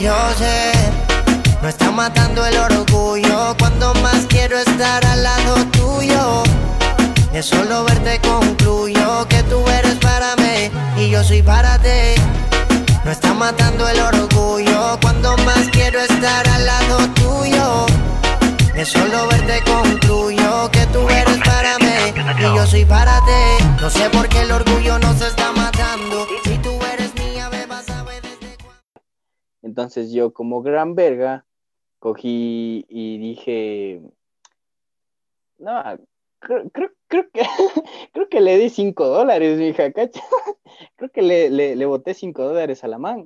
Yo sé, no está matando el orgullo cuando más quiero estar al lado tuyo. De solo verte concluyo que tú eres para mí y yo soy para ti. No está matando el orgullo cuando más quiero estar al lado tuyo. De solo verte concluyo que tú eres para mí y yo soy para ti. No sé por qué el orgullo nos está matando. Si tú eres mía, beba, sabe desde cuándo. Entonces yo como gran verga cogí y dije, no, creo que creo que le di $5, mija, ¿cacha? Creo que le boté $5 a la man.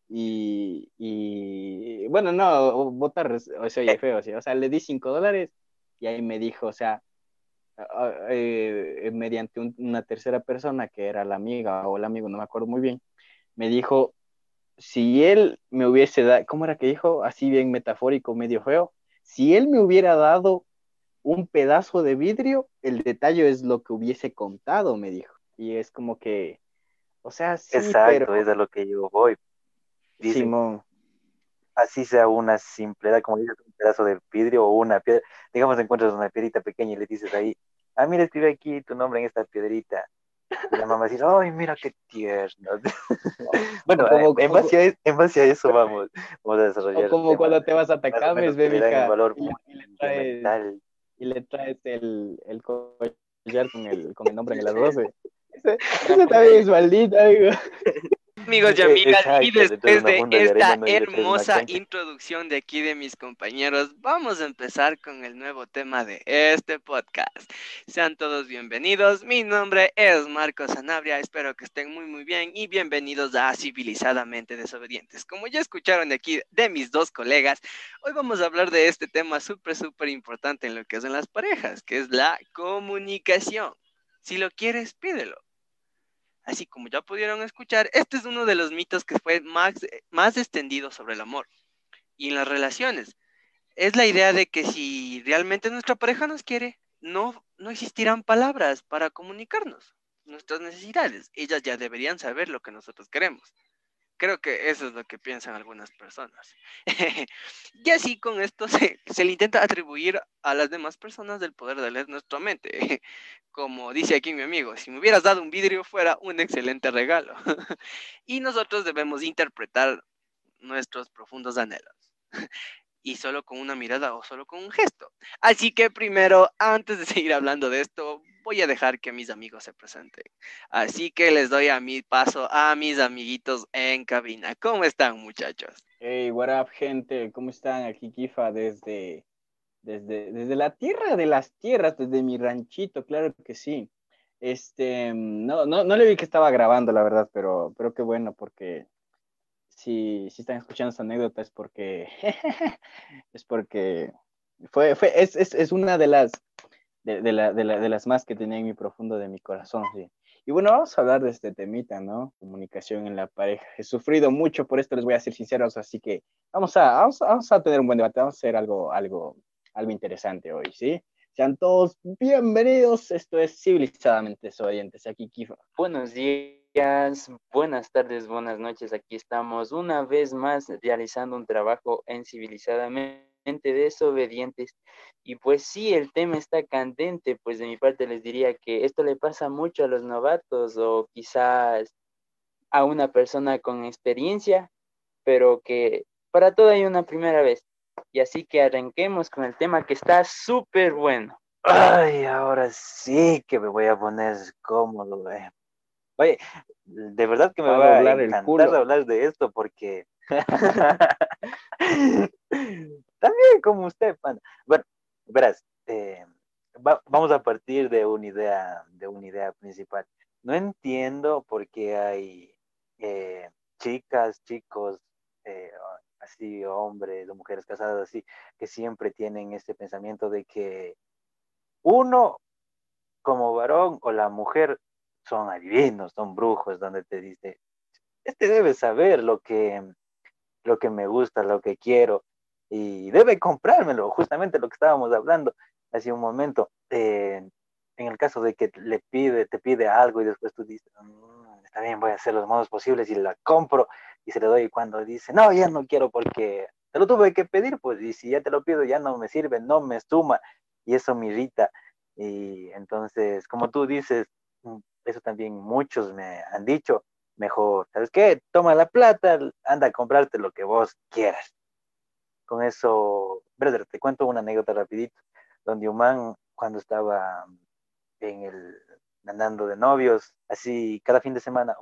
Y bueno, no, botar, o sea, oye, feo, ¿sí? O sea, le di $5 y ahí me dijo, o sea, mediante una tercera persona que era la amiga o el amigo, no me acuerdo muy bien, me dijo, si él me hubiese dado, ¿cómo era que dijo? Así bien metafórico, medio feo, si él me hubiera dado un pedazo de vidrio, el detalle es lo que hubiese contado, me dijo. Y es como que, o sea, sí, pero Exacto, es a lo que yo voy. Dicen, Simón, así sea una simpleza, como dices, un pedazo de vidrio o una piedra. Digamos, encuentras una piedrita pequeña y le dices ahí, ah, mira, escribe aquí tu nombre en esta piedrita. Y la mamá dice, ay, mira qué tierno. o Bueno, como, en base a eso vamos a o desarrollar como temas cuando te vas a más o Tacames, menos ve, que le dan el mija, valor y muy le traes, sentimental. el collar con el nombre en el arroz. Ese también es maldito, amigo. Amigos y amigas, y Exacto, le traes después una de funda de arena, esta ¿no? Y le traes una hermosa concha. introducción de aquí de mis compañeros, vamos a empezar con el nuevo tema de este podcast. Sean todos bienvenidos, mi nombre es Marco Sanabria, espero que estén muy bien y bienvenidos a Civilizadamente Desobedientes. Como ya escucharon de aquí de mis dos colegas, hoy vamos a hablar de este tema súper importante en lo que son las parejas, que es la comunicación. Si lo quieres, pídelo. Así como ya pudieron escuchar, este es uno de los mitos que fue más extendido sobre el amor y en las relaciones. Es la idea de que si realmente nuestra pareja nos quiere, no existirán palabras para comunicarnos nuestras necesidades. Ellas ya deberían saber lo que nosotros queremos. Creo que eso es lo que piensan algunas personas. Y así con esto se le intenta atribuir a las demás personas del poder de leer nuestra mente. Como dice aquí mi amigo, si me hubieras dado un vidrio fuera un excelente regalo. Y nosotros debemos interpretar nuestros profundos anhelos. Y solo con una mirada o solo con un gesto. Así que primero, antes de seguir hablando de esto, voy a dejar que mis amigos se presenten. Así que les doy a mi paso a mis amiguitos en cabina. ¿Cómo están, muchachos? Hey, what up, gente, ¿cómo están? Aquí Kifa desde la tierra de las tierras, desde mi ranchito, claro que sí. No le vi que estaba grabando, la verdad, pero qué bueno, porque si están escuchando esta anécdota es porque es porque es una de las más que tenía en mi profundo de mi corazón, sí. Y bueno, vamos a hablar de este temita, ¿no? Comunicación en la pareja. He sufrido mucho, por esto les voy a ser sinceros, así que vamos a tener un buen debate, vamos a hacer algo interesante hoy, ¿sí? Sean todos bienvenidos, esto es Civilizadamente Desobedientes, aquí Kifa. Buenos días, buenas tardes, buenas noches. Aquí estamos una vez más realizando un trabajo en Civilizadamente Desobedientes. Y pues sí, el tema está candente. Pues de mi parte les diría que esto le pasa mucho a los novatos o quizás a una persona con experiencia, pero que para todo hay una primera vez. Y así que arranquemos con el tema que está súper bueno. Ay, ahora sí que me voy a poner cómodo, güey. Oye, de verdad que me Va a va a doblar el encantar culo. hablar de esto porque también como usted, pana. Bueno, verás, vamos a partir de una idea principal. No entiendo por qué hay chicas, chicos, así, hombres o mujeres casadas así, que siempre tienen este pensamiento de que uno como varón o la mujer son adivinos, son brujos, donde te dice, este debe saber lo que me gusta, lo que quiero, y debe comprármelo, justamente lo que estábamos hablando hace un momento. En el caso de que te pide algo y después tú dices, también voy a hacer los modos posibles y la compro y se le doy cuando dice, no, ya no quiero porque te lo tuve que pedir, pues, y si ya te lo pido ya no me sirve, no me suma, y eso me irrita. Y entonces, como tú dices, eso también muchos me han dicho, mejor, ¿sabes qué? Toma la plata, anda a comprarte lo que vos quieras. Con eso, brother, te cuento una anécdota rapidito, donde un man, cuando estaba en el, andando de novios, así cada fin de semana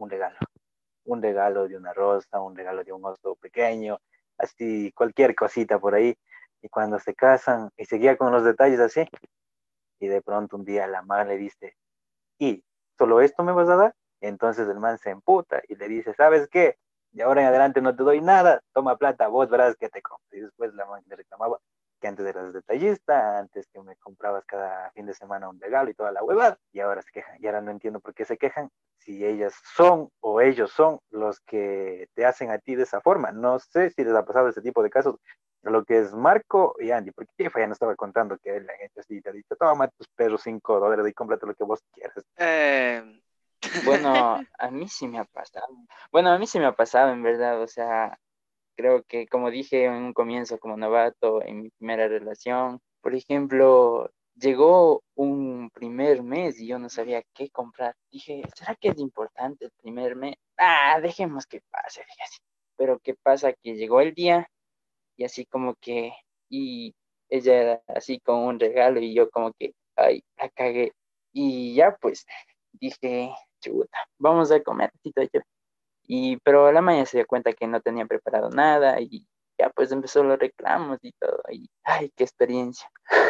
un regalo de una rosa, un regalo de un oso pequeño, así cualquier cosita por ahí. Y cuando se casan, y seguía con los detalles así, y de pronto un día la madre le dice, ¿y solo esto me vas a dar? Entonces el man se emputa y le dice, ¿sabes qué? De ahora en adelante no te doy nada, toma plata, vos verás que te compro. Y después la man le reclamaba que antes eras detallista, antes que me comprabas cada fin de semana un regalo y toda la huevada, y ahora se quejan. Y ahora no entiendo por qué se quejan si ellas son o ellos son los que te hacen a ti de esa forma. No sé si les ha pasado ese tipo de casos, lo que es Marco y Andy, porque Jeff ya no estaba contando que él la gente así te ha dicho, toma tus perros $5 y cómprate lo que vos quieras. Eh, Bueno, a mí sí me ha pasado. Bueno, a mí sí me ha pasado, en verdad. O sea, creo que como dije en un comienzo como novato en mi primera relación, por ejemplo, llegó un primer mes y yo no sabía qué comprar. Dije, ¿será que es importante el primer mes? Ah, dejemos que pase, dije así. Pero ¿qué pasa? Que llegó el día y así como que, y ella era así con un regalo y yo como que, ay, la cagué. Y ya pues dije, chuta, vamos a comer, Tito, yo. Y, pero la mañana se dio cuenta que no tenía preparado nada y ya pues empezó los reclamos y todo. Y, ay, qué experiencia.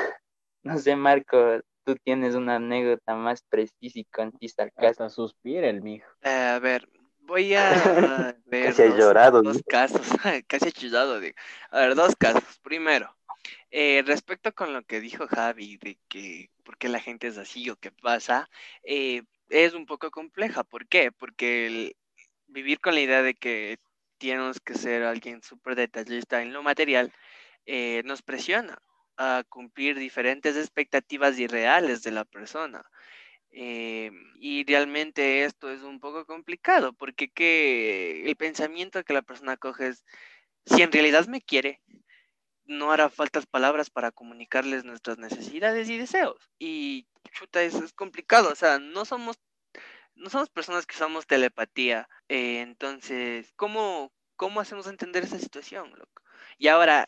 No sé, Marco, tú tienes una anécdota más precisa y concisa al caso. Hasta suspira el mijo. a ver, voy a ver Casi ha llorado, dos ¿no? casos, casi he chillado, digo. A ver, dos casos. Primero, respecto con lo que dijo Javi de que por qué la gente es así o qué pasa, es un poco compleja. ¿Por qué? Porque vivir con la idea de que tienes que ser alguien súper detallista en lo material nos presiona a cumplir diferentes expectativas irreales de la persona. Y realmente esto es un poco complicado porque el pensamiento que la persona coge es, si en realidad me quiere, no hará faltas palabras para comunicarles nuestras necesidades y deseos. Y chuta, eso es complicado, o sea, no somos personas que usamos telepatía. Entonces, ¿cómo hacemos entender esa situación, loco? Y ahora,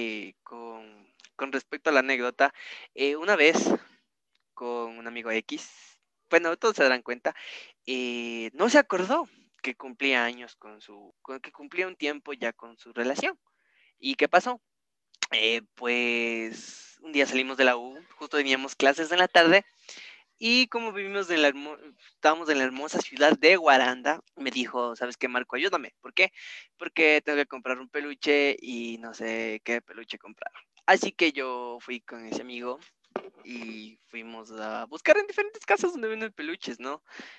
con respecto a la anécdota, una vez con un amigo X, bueno, todos se darán cuenta, no se acordó que cumplía años que cumplía un tiempo ya con su relación. ¿Y qué pasó? Pues un día salimos de la U, justo teníamos clases en la tarde y como estábamos en la hermosa ciudad de Guaranda, me dijo, ¿sabes qué, Marco? Ayúdame. ¿Por qué? Porque tengo que comprar un peluche y no sé qué peluche comprar. Así que yo fui con ese amigo y fuimos a buscar en diferentes casas donde venden peluches, ¿no?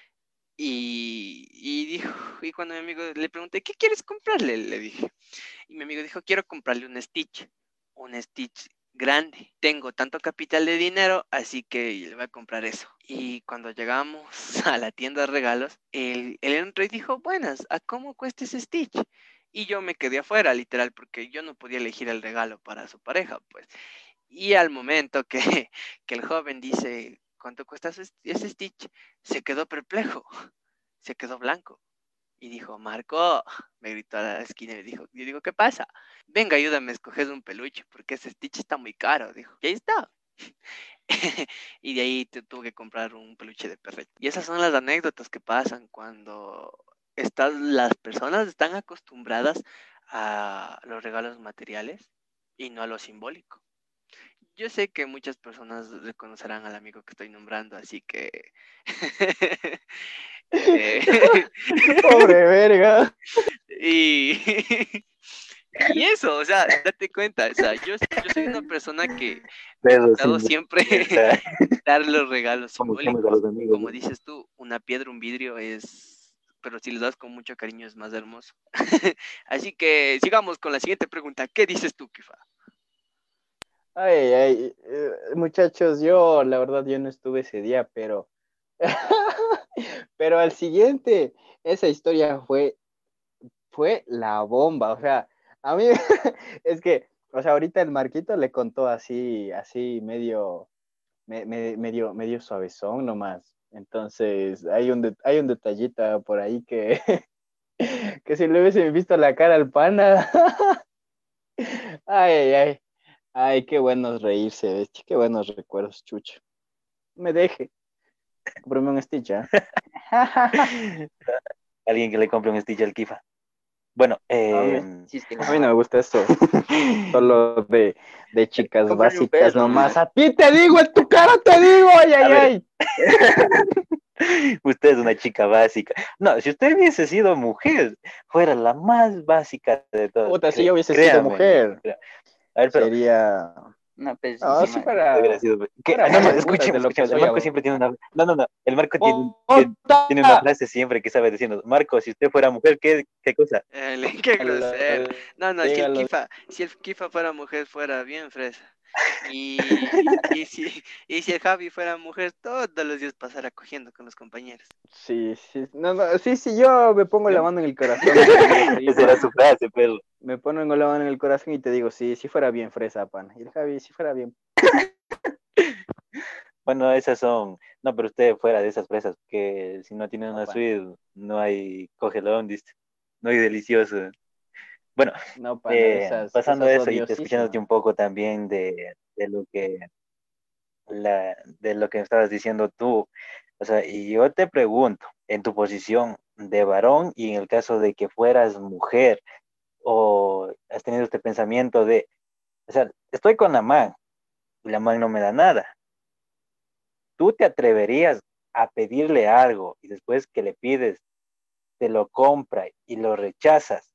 Y cuando mi amigo le pregunté, ¿qué quieres comprarle? Le dije. Y mi amigo dijo, quiero comprarle un Stitch grande. Tengo tanto capital de dinero, así que le voy a comprar eso. Y cuando llegamos a la tienda de regalos, él entró y dijo, buenas, ¿a cómo cuesta ese Stitch? Y yo me quedé afuera, literal, porque yo no podía elegir el regalo para su pareja, pues. Y al momento que, que el joven dice, ¿cuánto cuesta ese Stitch? Se quedó perplejo, se quedó blanco. Y dijo, Marco, me gritó a la esquina y me dijo, yo digo, ¿qué pasa? Venga, ayúdame a escoger un peluche, porque ese Stitch está muy caro, dijo. Y ahí está. Y de ahí tuve que comprar un peluche de perrito. Y esas son las anécdotas que pasan cuando las personas están acostumbradas a los regalos materiales y no a lo simbólico. Yo sé que muchas personas reconocerán al amigo que estoy nombrando, así que... eh, Pobre verga. y... y eso, o sea, date cuenta, o sea, yo soy una persona que me ha Pero gustado sin siempre vergüenza, dar los regalos como decimos a simbólicos. los amigos, Como ¿no? dices tú, una piedra, un vidrio pero si les das con mucho cariño es más hermoso. Así que sigamos con la siguiente pregunta. ¿Qué dices tú, Kifa? Ay, ay, muchachos, yo la verdad yo no estuve ese día, pero Pero al siguiente, esa historia fue la bomba. O sea, a mí es que, o sea, ahorita el Marquito le contó así medio suavezón nomás. Entonces, hay un detallito por ahí que, que si le hubiesen visto la cara al pana. Ay, ay, ay. Ay, qué buenos reírse, bestia. Qué buenos recuerdos, chucho. Me deje. Cómprame un Stitch, ¿ah? Alguien que le compre un Stitch al Kifa. Bueno, Si es que A mí no me gusta eso. Solo de chicas Cómprale un básicas perro, nomás. nomás. A ti te digo, en tu cara te digo, ay, a ay, ver, ay. usted es una chica básica. No, si usted hubiese sido mujer, fuera la más básica de todas. Puta, si yo hubiese sido Créame, mujer, a ver, pero sería. No, pues No, sí, si man. hubiera fuera, sido. ¿Qué? fuera No, más no, de putas de lo que escúcheme. El soy Marco siempre tiene una. No, no, no. El Marco tiene una ahora. frase siempre que sabe decirnos: Marco, si usted fuera mujer, ¿qué cosa? Qué grosero. Dígalo, No, dígalo. Si el Kifa fuera mujer, fuera bien fresa. Y si el Javi fuera mujer, todos los días pasara cogiendo con los compañeros. Sí, sí, no, no, sí, sí, yo me pongo la ¿No? mano en el corazón y te digo, sí, Esa era pan. su frase, pero. Me pongo la mano en el corazón y te digo, sí, si fuera bien fresa, pan. Y el Javi, si fuera bien. Bueno, esas son. No, pero usted fuera de esas fresas, que si no tiene No, una pan. suite, no hay cogelón, ¿viste? No hay delicioso. Bueno, No, pana, de pasando a esas eso y te escuchándote odiosísimas. un poco también de lo que estabas diciendo tú. O sea, y yo te pregunto, en tu posición de varón y en el caso de que fueras mujer, o has tenido este pensamiento de, o sea, estoy con la man y la man no me da nada. ¿Tú te atreverías a pedirle algo y después que le pides, te lo compra y lo rechazas?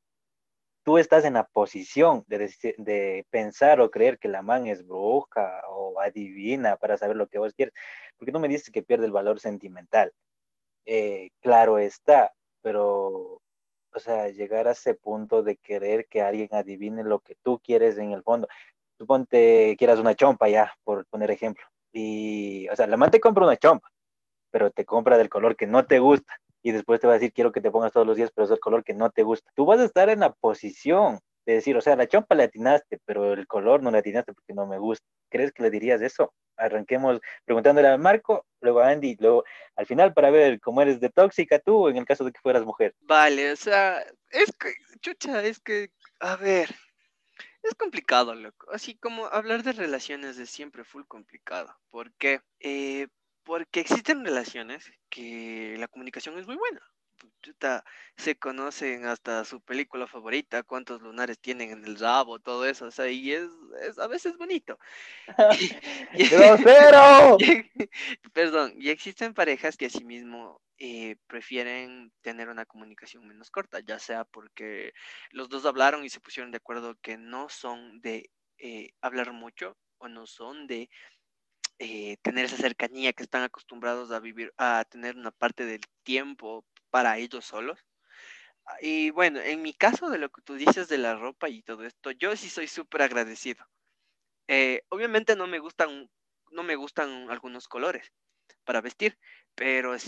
Tú estás en la posición de pensar o creer que la man es bruja o adivina para saber lo que vos quieres, porque no me dices que pierde el valor sentimental. Claro está, pero, o sea, llegar a ese punto de querer que alguien adivine lo que tú quieres en el fondo. Suponte quieras una chompa ya, por poner ejemplo, y, o sea, la man te compra una chompa, pero te compra del color que no te gusta y después te va a decir quiero que te pongas todos los días, pero es el color que no te gusta. Tú vas a estar en la posición de decir, o sea, la chompa le atinaste, pero el color no le atinaste porque no me gusta. ¿Crees que le dirías eso? Arranquemos preguntándole a Marco, luego a Andy, luego al final para ver cómo eres de tóxica tú en el caso de que fueras mujer. Vale, o sea, chucha, a ver, es complicado, loco. Así como hablar de relaciones es siempre full complicado. ¿Por qué? Porque existen relaciones que la comunicación es muy buena. Chuta, se conocen hasta su película favorita, cuántos lunares tienen en el rabo, todo eso, o sea, y es a veces bonito. Y, ¡Grosero! perdón, y existen parejas que asimismo prefieren tener una comunicación menos corta, ya sea porque los dos hablaron y se pusieron de acuerdo que no son de hablar mucho o no son de tener esa cercanía que están acostumbrados a vivir, a tener una parte del tiempo para ellos solos. Y bueno, en mi caso de lo que tú dices de la ropa y todo esto, yo sí soy súper agradecido. Obviamente no me gustan algunos colores para vestir, pero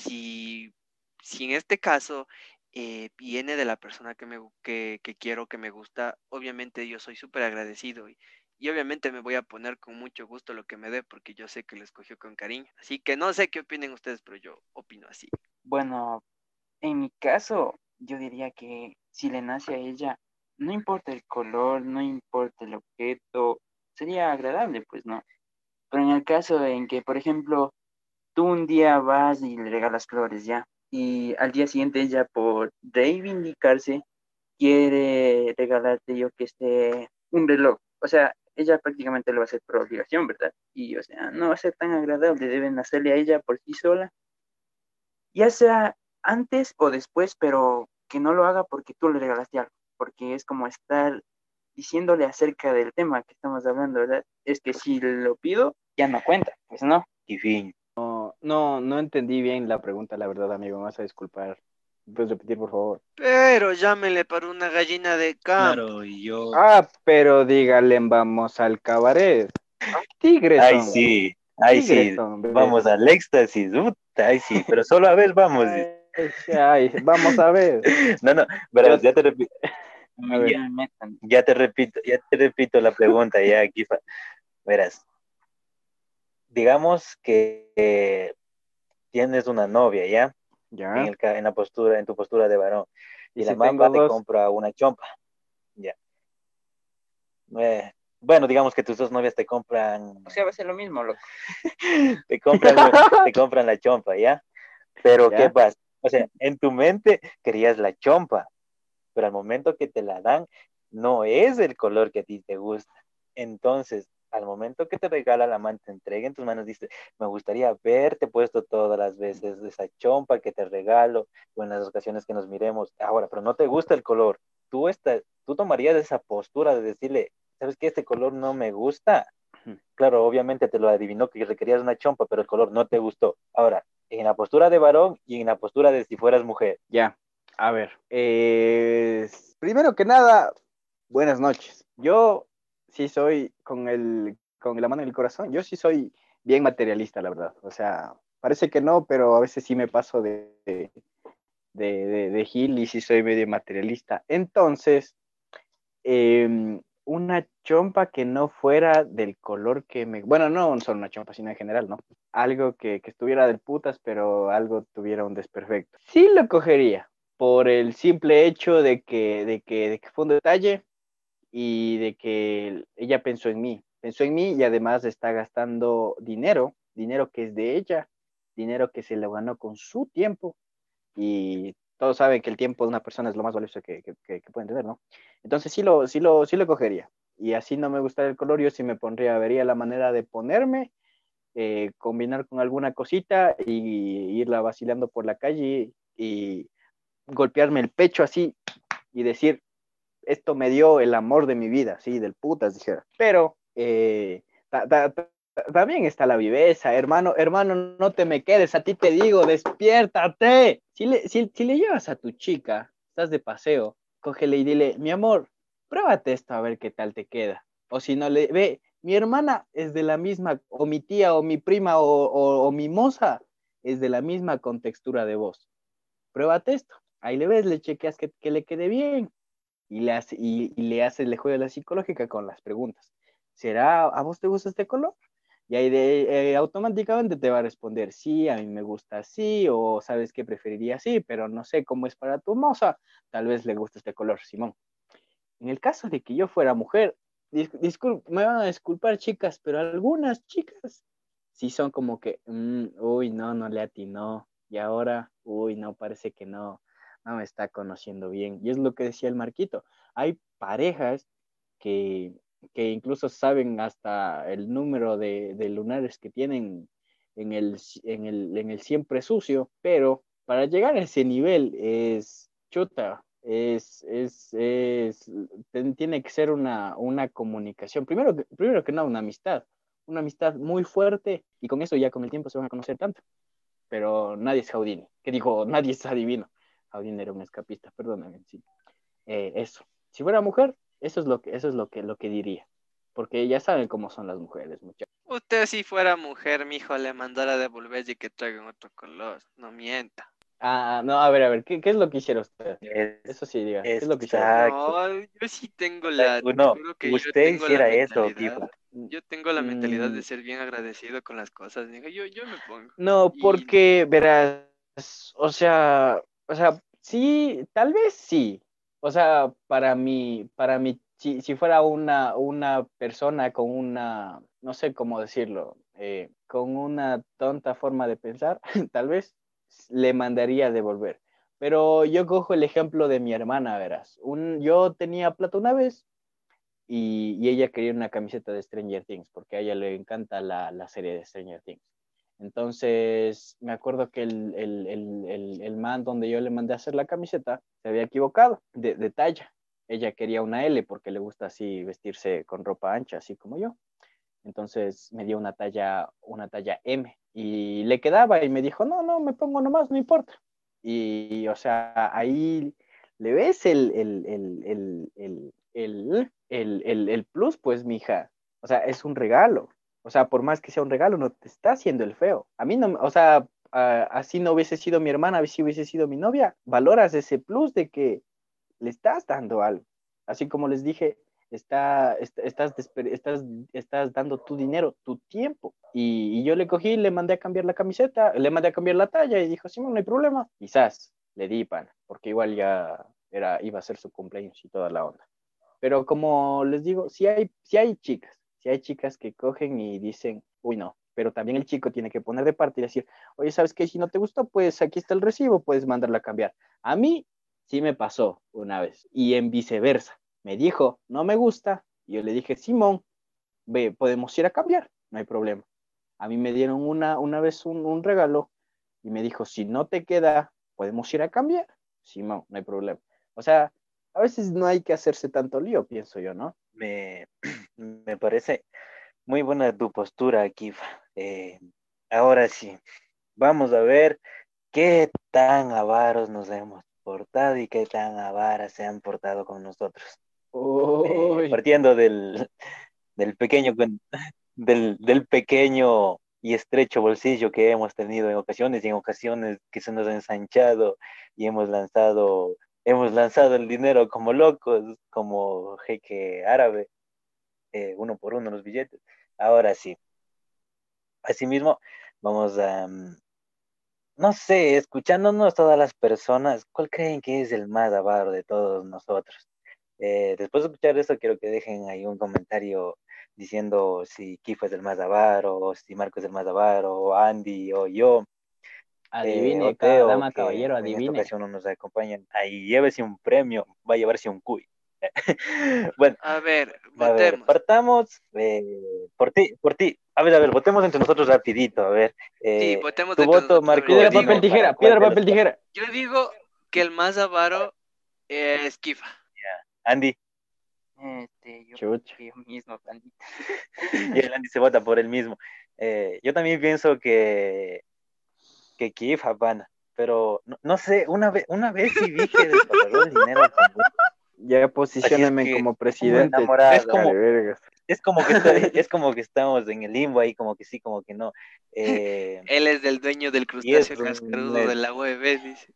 si en este caso viene de la persona que quiero, que me gusta, obviamente yo soy súper agradecido y obviamente me voy a poner con mucho gusto lo que me dé porque yo sé que lo escogió con cariño. Así que no sé qué opinen ustedes, pero yo opino así. Bueno, en mi caso, yo diría que si le nace a ella, no importa el color, no importa el objeto, sería agradable, pues no. Pero en el caso en que, por ejemplo, tú un día vas y le regalas flores ya, y al día siguiente ella por reivindicarse quiere regalarte, yo que sé, un reloj. O sea, ella prácticamente lo va a hacer por obligación, ¿verdad? Y, o sea, no va a ser tan agradable, deben hacerle a ella por sí sola, ya sea antes o después, pero que no lo haga porque tú le regalaste algo, porque es como estar diciéndole acerca del tema que estamos hablando, ¿verdad? Es que si lo pido, ya no cuenta, pues no. Y fin. No entendí bien la pregunta, la verdad, amigo. Me vas a disculpar. ¿Puedes repetir, por favor? Pero llámele para una gallina de campo. Claro, y yo. Ah, pero dígale, vamos al cabaret. Tigres Ay, son, sí, ay, tigres sí. son, Vamos bestia. al éxtasis. gusta, ay sí, pero solo a ver, vamos. Vamos a ver. No, verás, ya te repito. A ver. Ya te repito la pregunta, ya aquí. Verás, digamos que tienes una novia, ¿ya? Ya. En tu postura de varón. Y Y la si man va tengo y te dos. compra una chompa, ya. Bueno, digamos que tus dos novias te compran, O sea, va a ser lo mismo, loco. te compran la chompa, ¿ya? Pero ¿qué ¿Ya? pasa? O sea, en tu mente querías la chompa, pero al momento que te la dan, no es el color que a ti te gusta. Entonces, al momento que te regala la man, te entrega en tus manos, dice, me gustaría verte puesto todas las veces esa chompa que te regalo o en las ocasiones que nos miremos. Ahora, pero no te gusta el color. Tú tomarías esa postura de decirle, ¿sabes qué? Este color no me gusta. Claro, obviamente te lo adivinó que requerías una chompa, pero el color no te gustó. Ahora, en la postura de varón y en la postura de si fueras mujer. Ya. A ver. Primero que nada, buenas noches. Yo sí soy con la mano en el corazón. Yo sí soy bien materialista, la verdad. O sea, parece que no, pero a veces sí me paso de gil y sí soy medio materialista. Entonces, una chompa que no fuera del color que me... Bueno, no solo una chompa, sino en general, ¿no? Algo que estuviera del putas, pero algo tuviera un desperfecto. Sí lo cogería, por el simple hecho de que fue un detalle y de que ella pensó en mí y además está gastando dinero que es de ella, dinero que se lo ganó con su tiempo y todos saben que el tiempo de una persona es lo más valioso que pueden tener, ¿no? Entonces sí lo cogería. Y así no me gustaría el color, yo sí me pondría, vería la manera de ponerme, combinar con alguna cosita y irla vacilando por la calle y golpearme el pecho así y decir, esto me dio el amor de mi vida, sí, del putas, dijera. Pero también está la viveza, hermano, no te me quedes, a ti te digo, despiértate. Si le llevas a tu chica, estás de paseo, cógele y dile, mi amor, pruébate esto a ver qué tal te queda. O si no le ve, mi hermana es de la misma, o mi tía, o mi prima, o mi moza, es de la misma contextura de voz. Pruébate esto. Ahí le ves, le chequeas que le quede bien y le juega la psicológica con las preguntas. ¿Será a vos te gusta este color? Y ahí automáticamente te va a responder, sí, a mí me gusta así, o sabes que preferiría así, pero no sé cómo es para tu moza, tal vez le gusta este color, Simón. En el caso de que yo fuera mujer, me van a disculpar chicas, pero algunas chicas sí son como que, uy, no le atinó, y ahora, uy, no, parece que no me está conociendo bien. Y es lo que decía el Marquito, hay parejas que, que incluso saben hasta el número de lunares que tienen en el siempre sucio, pero para llegar a ese nivel es chuta, tiene que ser una comunicación, primero que nada una amistad muy fuerte y con eso ya con el tiempo se van a conocer tanto, pero nadie es Houdini, que dijo, nadie es adivino, Houdini era un escapista, perdóname, sí. Eso, si fuera mujer, eso es lo que diría, porque ya saben cómo son las mujeres, muchachos. Usted si fuera mujer, mijo, le mandara a devolver y que traigan otro color. No mienta. No, a ver, ¿qué es lo que hiciera usted? Es, Eso sí, diga, ¿qué es lo que hiciera usted? exacto. No, yo sí tengo te No, juro que yo usted tengo la hiciera eso, mentalidad. Kifa. Yo tengo la mentalidad de Mm, ser bien agradecido con las cosas. Digo, yo me pongo. no, Y porque verás, o sea, sí, tal vez sí. O sea, para mí, si fuera una persona con no sé cómo decirlo, con una tonta forma de pensar, tal vez le mandaría a devolver. Pero yo cojo el ejemplo de mi hermana, verás. Yo tenía plata una vez y ella quería una camiseta de Stranger Things, porque a ella le encanta la serie de Stranger Things. Entonces, me acuerdo que el man donde yo le mandé a hacer la camiseta se había equivocado de talla. Ella quería una L porque le gusta así vestirse con ropa ancha, así como yo. Entonces me dio una talla M y le quedaba y me dijo, no, me pongo nomás, no importa. Y, o sea, ahí le ves el plus, pues, mija. O sea, es un regalo. O sea, por más que sea un regalo, no te está haciendo el feo. A mí no, o sea, así no hubiese sido mi hermana, así hubiese sido mi novia, valoras ese plus de que le estás dando algo. Así como les dije, estás dando tu dinero, tu tiempo. Y yo le cogí, le mandé a cambiar la camiseta, le mandé a cambiar la talla y dijo, sí, no hay problema. Quizás le di pan, porque igual ya iba a ser su cumpleaños y toda la onda. Pero como les digo, si hay chicas que cogen y dicen, uy, no, pero también el chico tiene que poner de parte y decir, oye, ¿sabes qué? Si no te gustó, pues aquí está el recibo, puedes mandarla a cambiar. A mí sí me pasó una vez y en viceversa. Me dijo, no me gusta, y yo le dije, Simón, ve, podemos ir a cambiar, no hay problema. A mí me dieron una vez un regalo y me dijo, si no te queda, podemos ir a cambiar. Simón, no hay problema. O sea, a veces no hay que hacerse tanto lío, pienso yo, ¿no? Me, me parece muy buena tu postura, Kifa. Ahora sí, vamos a ver qué tan avaros nos hemos portado y qué tan avaras se han portado con nosotros. Uy, Partiendo del pequeño, del pequeño y estrecho bolsillo que hemos tenido en ocasiones y en ocasiones que se nos ha ensanchado y hemos lanzado el dinero como locos, como jeque árabe, uno por uno los billetes. Ahora sí, asimismo, vamos a, no sé, escuchándonos todas las personas, ¿cuál creen que es el más avaro de todos nosotros? Después de escuchar esto, quiero que dejen ahí un comentario diciendo si Kifo es el más avaro, o si Marco es el más avaro, o Andy, o yo, o adivine, cada Teo, dama, que caballero, en esta adivine. ocasión no nos acompañan. Ahí llévese un premio, va a llevarse un cuy. Bueno, A ver, a ver, votemos. partamos por ti. A ver, votemos entre nosotros rapidito, a ver. Sí, votemos Tu entre voto, nosotros. A ver, yo Marco, Piedra, papel, dime digo, para tijera, cuál piedra, de los papel, cuatro. tijera. yo digo que el más avaro es Kifa. Andy, Yo Chucha. que yo mismo, pandita. y el Andy se vota por él mismo. Yo también pienso que Kif, pana, pero no sé, una vez sí vi que desparramó el dinero como, Ya así es posicióname que, como como presidente, enamorado, vale, vergas. es como que estamos en el limbo ahí, como que sí, como que no. Él es el dueño del Y es crustáceo un cascarudo de la UEB, dice.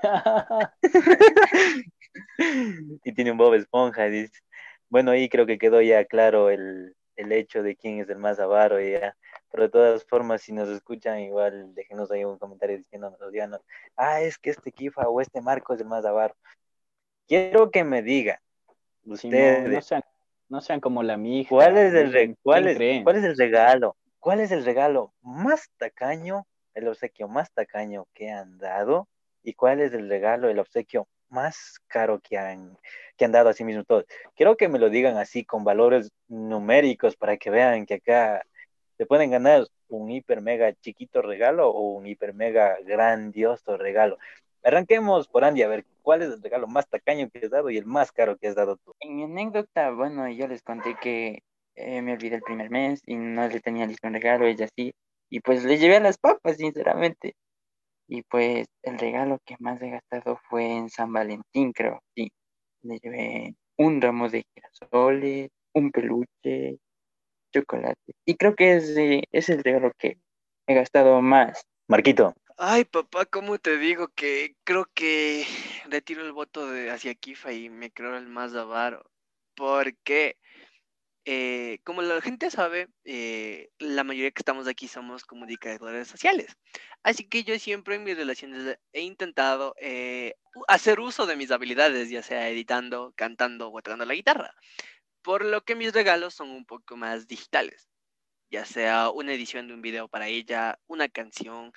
y tiene un Bob Esponja, dice. Bueno, ahí creo que quedó ya claro el hecho de quién es el más avaro ya. Pero de todas formas, si nos escuchan, igual déjenos ahí un comentario diciéndonos, díganos, es que este Kifa o este Marco es el más avaro. Quiero que me digan Simón, ustedes, no sean como la mija, digan, ¿quién creen? cuál es el regalo? ¿Cuál es el regalo más tacaño, el obsequio más tacaño que han dado? ¿Y cuál es el regalo, el obsequio más caro que han dado a sí mismos todos? Quiero que me lo digan así con valores numéricos para que vean que acá se pueden ganar un hiper mega chiquito regalo o un hiper mega grandioso regalo. Arranquemos por Andy, a ver, ¿cuál es el regalo más tacaño que has dado y el más caro que has dado tú? En mi anécdota, bueno, yo les conté que me olvidé el primer mes y no le tenía listo un regalo, ella sí, y pues le llevé a las papas, sinceramente. Y pues el regalo que más he gastado fue en San Valentín, creo, sí. Le llevé un ramo de girasoles, un peluche, chocolate. Y creo que es el regalo que he gastado más. Marquito. Ay, papá, ¿cómo te digo que creo que retiro el voto de hacia Kifa y me creo el más avaro? Porque, como la gente sabe, la mayoría que estamos aquí somos comunicadores sociales. Así que yo siempre en mis relaciones he intentado hacer uso de mis habilidades, ya sea editando, cantando o tocando la guitarra. Por lo que mis regalos son un poco más digitales, ya sea una edición de un video para ella, una canción,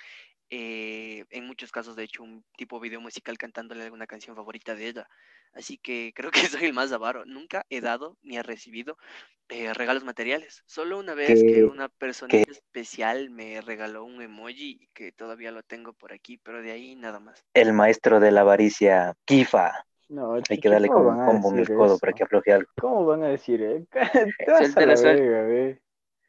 en muchos casos, de hecho, un tipo video musical cantándole alguna canción favorita de ella. Así que creo que soy el más avaro. Nunca he dado ni he recibido regalos materiales. Solo una vez que que, una que personita especial me regaló un emoji que todavía lo tengo por aquí, pero de ahí nada más. el maestro de la avaricia, Kifa. No, Hay que chucha, darle ¿cómo como un van a combo en decir el codo para que eso? afloje algo. ¿Cómo van a decir? Te vas a Suelta la la suerte. verga, ve.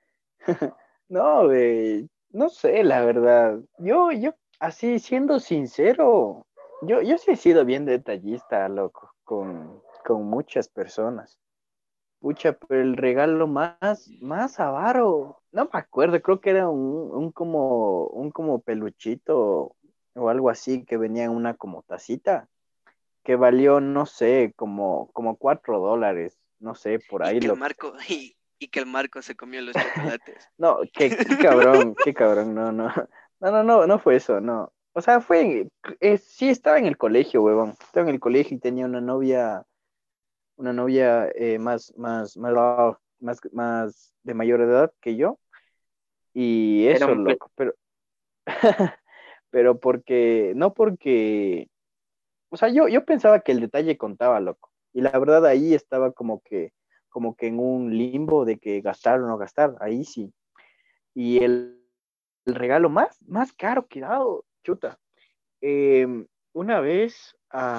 No, ve, no sé, la verdad. Así siendo sincero, yo sí he sido bien detallista, loco, con muchas personas. Pucha, pero el regalo más avaro. no me acuerdo, creo que era un como peluchito o algo así que venía en una como tacita que valió, no sé, como $4, no sé, por Y ahí que el lo. Marco, y que el Marco se comió los chocolates. No, qué cabrón, no, no, no fue eso, no. O sea, sí estaba en el colegio, huevón, estaba en el colegio y tenía una novia más de mayor edad que yo, y Era eso, un loco, pero no porque, o sea, yo pensaba que el detalle contaba, loco, y la verdad ahí estaba como que en un limbo de que gastar o no gastar, ahí sí. Y el regalo más caro que he dado, chuta. Una vez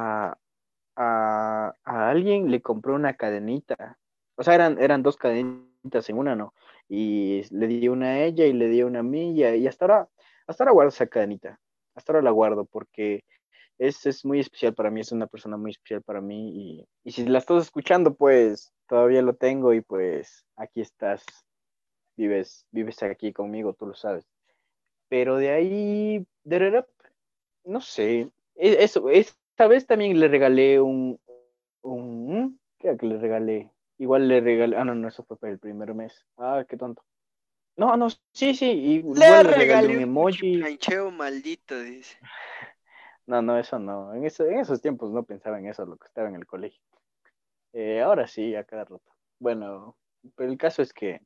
a alguien le compró una cadenita. O sea, eran dos cadenitas en una, ¿no? Y le di una a ella y le di una a mí y hasta ahora guardo esa cadenita. Hasta ahora la guardo porque es muy especial para mí, es una persona muy especial para mí. Y si la estás escuchando, pues todavía lo tengo y pues aquí estás, vives aquí conmigo, tú lo sabes. Pero de ahí, no sé. Esta vez también le regalé ¿qué era que le regalé? Igual le regalé, no, no, eso fue para el primer mes. Ah, qué tonto. No, no, sí, sí, Le igual le regalé regalé un un emoji. cuchiplancheo maldito, dice. No, no, eso no. En esos tiempos no pensaba en eso, lo que estaba en el colegio. Ahora sí, a cada rato. Bueno, pero el caso es que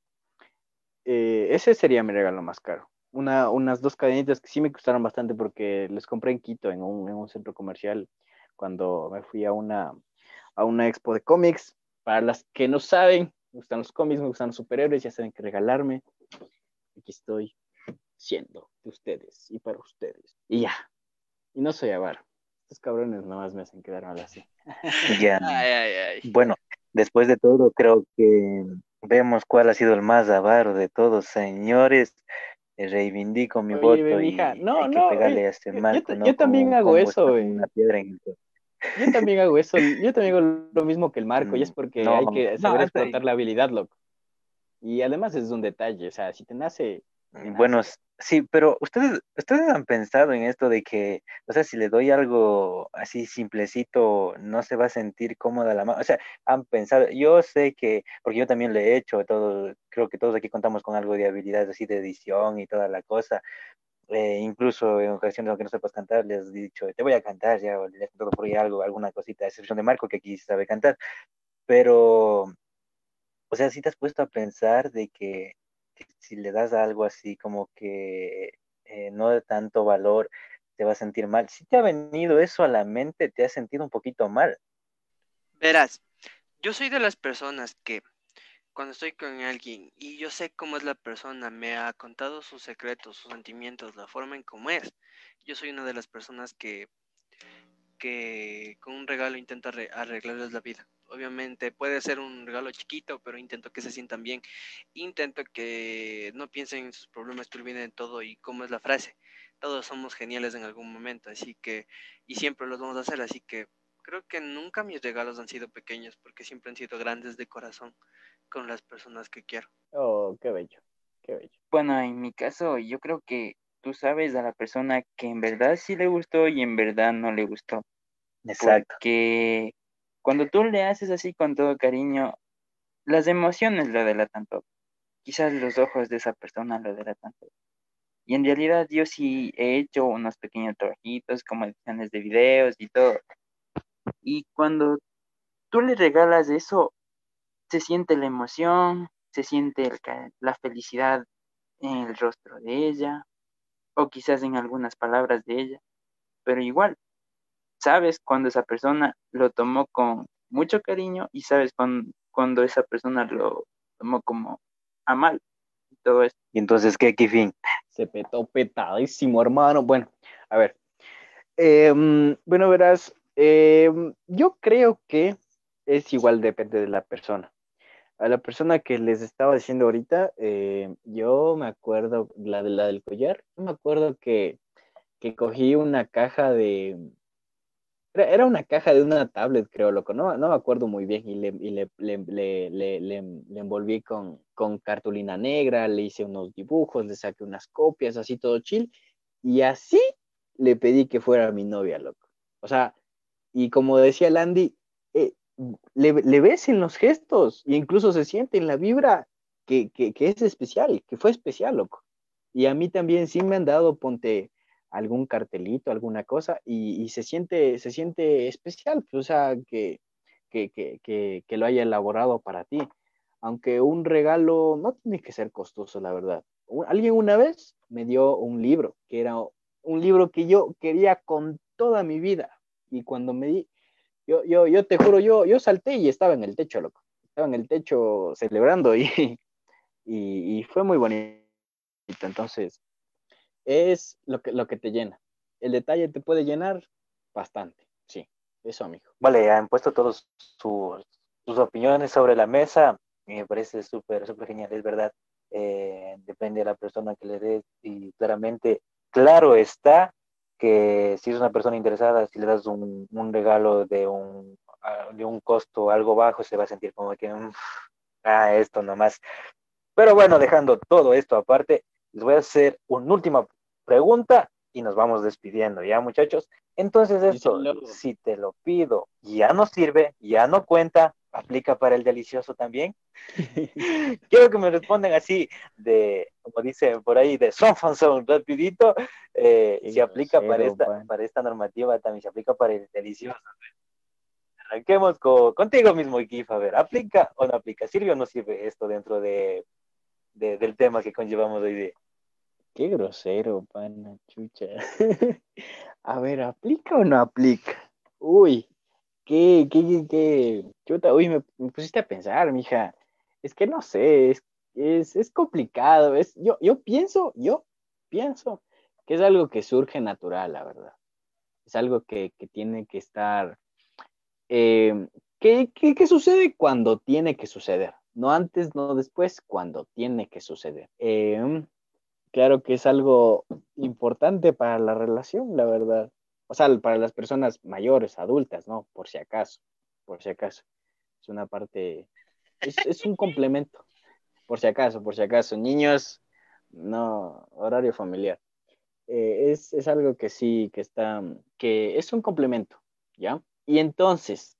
ese sería mi regalo más caro. Unas dos cadenitas que sí me costaron bastante porque les compré en Quito, en un centro comercial, cuando me fui a una expo de cómics. Para las que no saben, me gustan los cómics, me gustan los superhéroes, ya saben que regalarme. Aquí estoy siendo de ustedes y para ustedes. Y ya, y no soy avaro. Estos cabrones nomás me hacen quedar mal así. Ya, Ay, ay, ay. bueno, después de todo, creo que vemos cuál ha sido el más avaro de todos, señores. Reivindico mi Oye, voto mija, y hay no, que no, pegarle a este yo, marco, ta- ¿no? yo Como también un hago combo eso, está con una güey. piedra en el cuerpo. Yo también hago eso, yo también hago lo mismo que el Marco, y es porque hay No, que no, saber hasta explotar la habilidad, loco. Y además es un detalle, o sea, si te nace, te bueno, nace, loco. sí, pero ustedes han pensado en esto de que, o sea, si le doy algo así simplecito, no se va a sentir cómoda la mano. O sea, han pensado, yo sé que, porque yo también le he hecho todo, creo que todos aquí contamos con algo de habilidades así de edición y toda la cosa. Incluso en ocasiones, aunque no sepas cantar, les he dicho, te voy a cantar ya, o le he cantado por ahí algo, alguna cosita, a excepción de Marco, que aquí sí sabe cantar. Pero, o sea, si te has puesto a pensar de que si le das algo así como que no de tanto valor, te va a sentir mal. Si te ha venido eso a la mente, te has sentido un poquito mal. Verás, yo soy de las personas que cuando estoy con alguien y yo sé cómo es la persona, me ha contado sus secretos, sus sentimientos, la forma en cómo es. Yo soy una de las personas que con un regalo intento arreglarles la vida. Obviamente puede ser un regalo chiquito, pero intento que se sientan bien. Intento que no piensen en sus problemas, que olviden todo y cómo es la frase. Todos somos geniales en algún momento, así que, y siempre los vamos a hacer, así que creo que nunca mis regalos han sido pequeños, porque siempre han sido grandes de corazón con las personas que quiero. Oh, qué bello, qué bello. Bueno, en mi caso, yo creo que tú sabes a la persona que en verdad sí le gustó y en verdad no le gustó. Exacto. Porque cuando tú le haces así con todo cariño, las emociones lo delatan todo. Quizás los ojos de esa persona lo delatan todo. Y en realidad yo sí he hecho unos pequeños trabajitos como ediciones de videos y todo. Y cuando tú le regalas eso, se siente la emoción, se siente la felicidad en el rostro de ella, o quizás en algunas palabras de ella, pero igual, sabes cuando esa persona lo tomó con mucho cariño y sabes cuando esa persona lo tomó como a mal y todo eso. Y entonces, ¿qué, Kifin? Se petó petadísimo, hermano. Bueno, a ver. Bueno, verás, yo creo que es igual, depende de la persona. A la persona que les estaba diciendo ahorita, yo me acuerdo, la del collar, yo me acuerdo que cogí una caja Era una caja de una tablet, creo, loco. No me acuerdo muy bien. Y le envolví con cartulina negra, le hice unos dibujos, le saqué unas copias, así todo chill. Y así le pedí que fuera mi novia, loco. O sea, y como decía Landy, le ves en los gestos, e incluso se siente en la vibra que es especial, que fue especial, loco. Y a mí también sí me han dado, ponte algún cartelito, alguna cosa, y se siente especial, pues, o sea, que lo haya elaborado para ti. Aunque un regalo no tiene que ser costoso, la verdad. Alguien una vez me dio un libro, que era un libro que yo quería con toda mi vida. Y cuando me di, yo te juro, yo salté y estaba en el techo, loco. Estaba en el techo celebrando y fue muy bonito. Entonces, es lo que te llena. El detalle te puede llenar bastante. Sí, eso, amigo. Vale, han puesto todos sus opiniones sobre la mesa. Me parece súper, súper genial, es verdad. Depende de la persona que le des y claramente, claro está que si es una persona interesada, si le das un regalo de un costo algo bajo, se va a sentir como que, esto nomás. Pero bueno, dejando todo esto aparte, les voy a hacer una última pregunta y nos vamos despidiendo, ¿ya, muchachos? Entonces esto, Díselo. si te lo pido, ya no sirve, ya no cuenta, aplica para el delicioso también. Quiero que me respondan así, como dice por ahí, de son, rapidito, Qué si aplica grosero, pan. para esta normativa, también se aplica para el delicioso. Arranquemos contigo mismo, Ikif, a ver, ¿aplica o no aplica? ¿Sirve o no sirve esto dentro del tema que conllevamos hoy día? Qué grosero, pana, chucha. A ver, ¿aplica o no aplica? Uy, chuta, uy, me pusiste a pensar, mija. Es que no sé, es complicado. Yo pienso que es algo que surge natural, la verdad. Es algo que tiene que estar, eh, que sucede cuando tiene que suceder. No antes, no después, cuando tiene que suceder. Claro que es algo importante para la relación, la verdad. O sea, para las personas mayores, adultas, ¿no? Por si acaso. Es una parte, es un complemento, por si acaso. Niños, no, horario familiar. Es algo que sí, que es un complemento, ¿ya? Y entonces,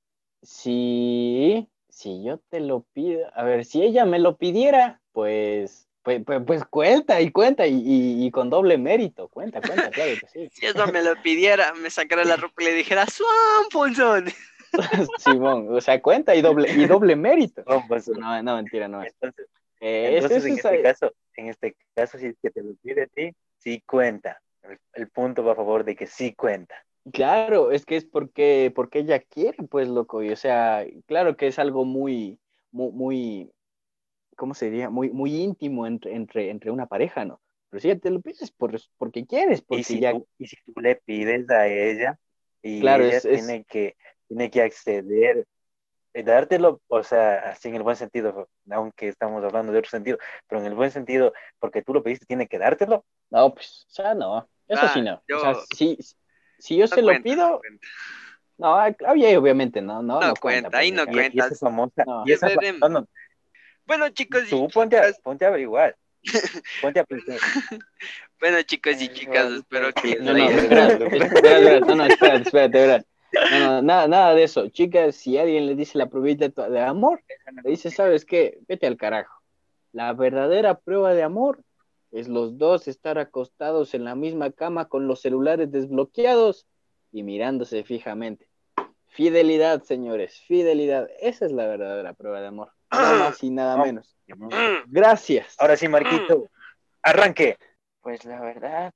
si yo te lo pido, a ver, si ella me lo pidiera, pues cuenta y cuenta y con doble mérito, cuenta, claro que sí. Si eso me lo pidiera, me sacara la ropa y le dijera, ¡Swan, Ponzón! Simón, o sea, cuenta y doble mérito. No, pues, No, no, mentira, no es. entonces, Eso entonces es, en este caso, si es que te lo pide a ti, sí cuenta. El punto va a favor de que sí cuenta. claro, es que es porque ella quiere, pues, loco, y o sea, claro que es algo muy, ¿cómo se diría? Muy íntimo entre una pareja, ¿no? Pero si ella te lo pides porque quieres, porque ya, Y si tú le pides a ella y claro, ella tiene que acceder, dártelo, o sea, así en el buen sentido, aunque estamos hablando de otro sentido, pero en el buen sentido, porque tú lo pediste, tiene que dártelo. no, pues, o sea, no, eso sí Ah, no, o sea, yo, si yo no se lo cuenta, no pido, cuenta. no, oye, obviamente, No no cuenta, cuenta, pues, ahí no mija, Y esa cuentas. famosa, no, y esa, no, Veremos. no, Bueno, chicos y tú chicas, ponte a averiguar, ponte a pensar. bueno, chicos y chicas, espero que les no, haya... verás, no, espérate, verás, no, nada de eso, chicas, si alguien le dice la probita de amor, le dice, ¿sabes qué? Vete al carajo. La verdadera prueba de amor es los dos estar acostados en la misma cama con los celulares desbloqueados y mirándose fijamente. Fidelidad, señores, fidelidad. Esa es la verdadera prueba de amor. Nada más y nada No, menos. Gracias. ahora sí, Marquito, arranque. Pues la verdad,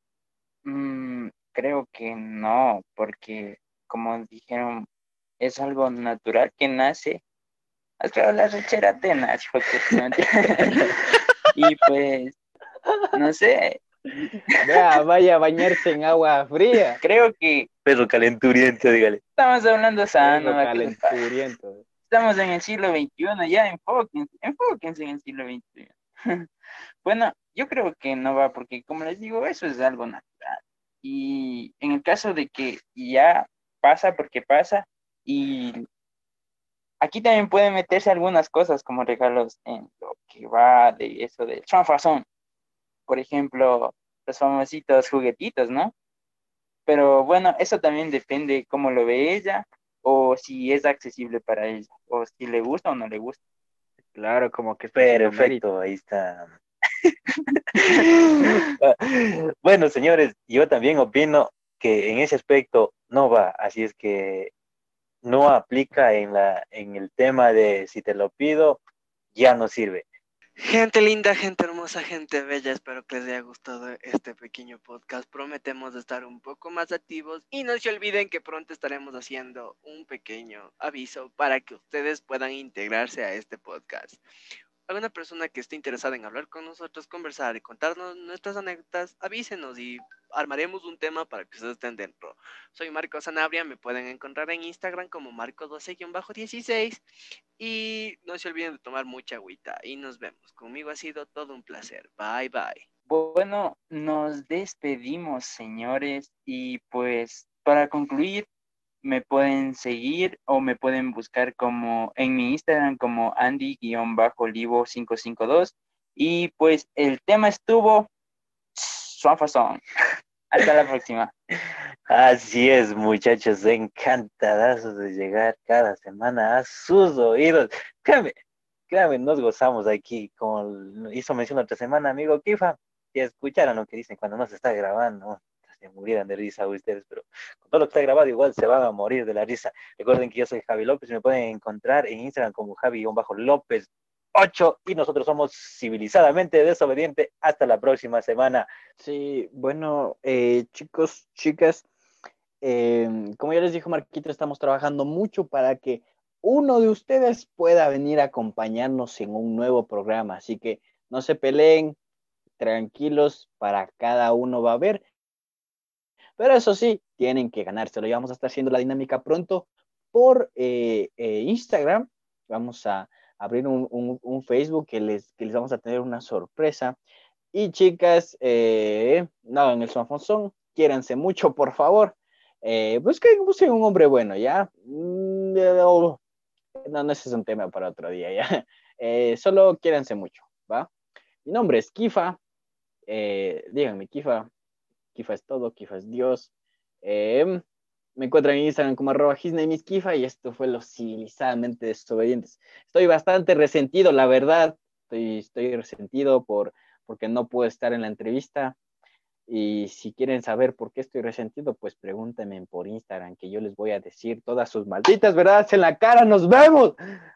creo que no, porque como dijeron, es algo natural que nace. Has creado la rechera Atenas, hijo de tu madre. Y pues, no sé, Vaya a bañarse en agua fría. creo que Perro calenturiento, dígale. estamos hablando sano, Perro ¿va? ¿Qué les pasa? calenturiento. Estamos en el siglo XXI, ya enfóquense en el siglo XXI. Bueno, yo creo que no va, porque como les digo, eso es algo natural. Y en el caso de que ya pasa porque pasa. Y aquí también pueden meterse algunas cosas como regalos en lo que va de eso del chanfazón. Por ejemplo, los famositos juguetitos, ¿no? Pero bueno, eso también depende cómo lo ve ella o si es accesible para ella o si le gusta o no le gusta. Claro, como que está haciendo mérito. Perfecto, ahí está. Bueno, señores, yo también opino que en ese aspecto no va, así es que no aplica en el tema de si te lo pido, ya no sirve. Gente linda, gente hermosa, gente bella, espero que les haya gustado este pequeño podcast. Prometemos estar un poco más activos y no se olviden que pronto estaremos haciendo un pequeño aviso para que ustedes puedan integrarse a este podcast. Alguna persona que esté interesada en hablar con nosotros, conversar y contarnos nuestras anécdotas, avísenos y armaremos un tema para que ustedes estén dentro. Soy Marcos Sanabria, me pueden encontrar en Instagram como Marcos12-16 y no se olviden de tomar mucha agüita y nos vemos. Conmigo ha sido todo un placer. Bye bye. Bueno, nos despedimos, señores, y pues para concluir, me pueden seguir o me pueden buscar como en mi Instagram como Andy-Olivo552 y pues el tema estuvo Song. Hasta la próxima. Así es, muchachos, encantadazos de llegar cada semana a sus oídos. Créame, créame, nos gozamos aquí, como hizo mención otra semana, amigo Kifa. Ya escucharon lo que dicen cuando no se está grabando. Se murieran de risa ustedes, pero con todo lo que está grabado igual se van a morir de la risa. Recuerden que yo soy Javi López, me pueden encontrar en Instagram como Javi-López8 y nosotros somos Civilizadamente Desobediente. Hasta la próxima semana. Sí, bueno, chicos, chicas, como ya les dijo Marquito, estamos trabajando mucho para que uno de ustedes pueda venir a acompañarnos en un nuevo programa. Así que no se peleen, tranquilos, para cada uno va a haber. Pero eso sí, tienen que ganárselo. Y vamos a estar haciendo la dinámica pronto por Instagram. Vamos a abrir un Facebook que les vamos a tener una sorpresa. Y chicas, no, en el smartphone, quiéranse mucho, por favor. Busquen un hombre bueno, ¿ya? No, ese es un tema para otro día, ¿ya? Solo quiéranse mucho, ¿va? Mi nombre es Kifa. Díganme, Kifa. Kifa es todo, Kifa es Dios. Me encuentran en Instagram como @hisnamiskifa y esto fue Los Civilizadamente Desobedientes. Estoy bastante resentido, la verdad. Estoy resentido porque no puedo estar en la entrevista. Y si quieren saber por qué estoy resentido, pues pregúntenme por Instagram, que yo les voy a decir todas sus malditas verdades en la cara. ¡Nos vemos!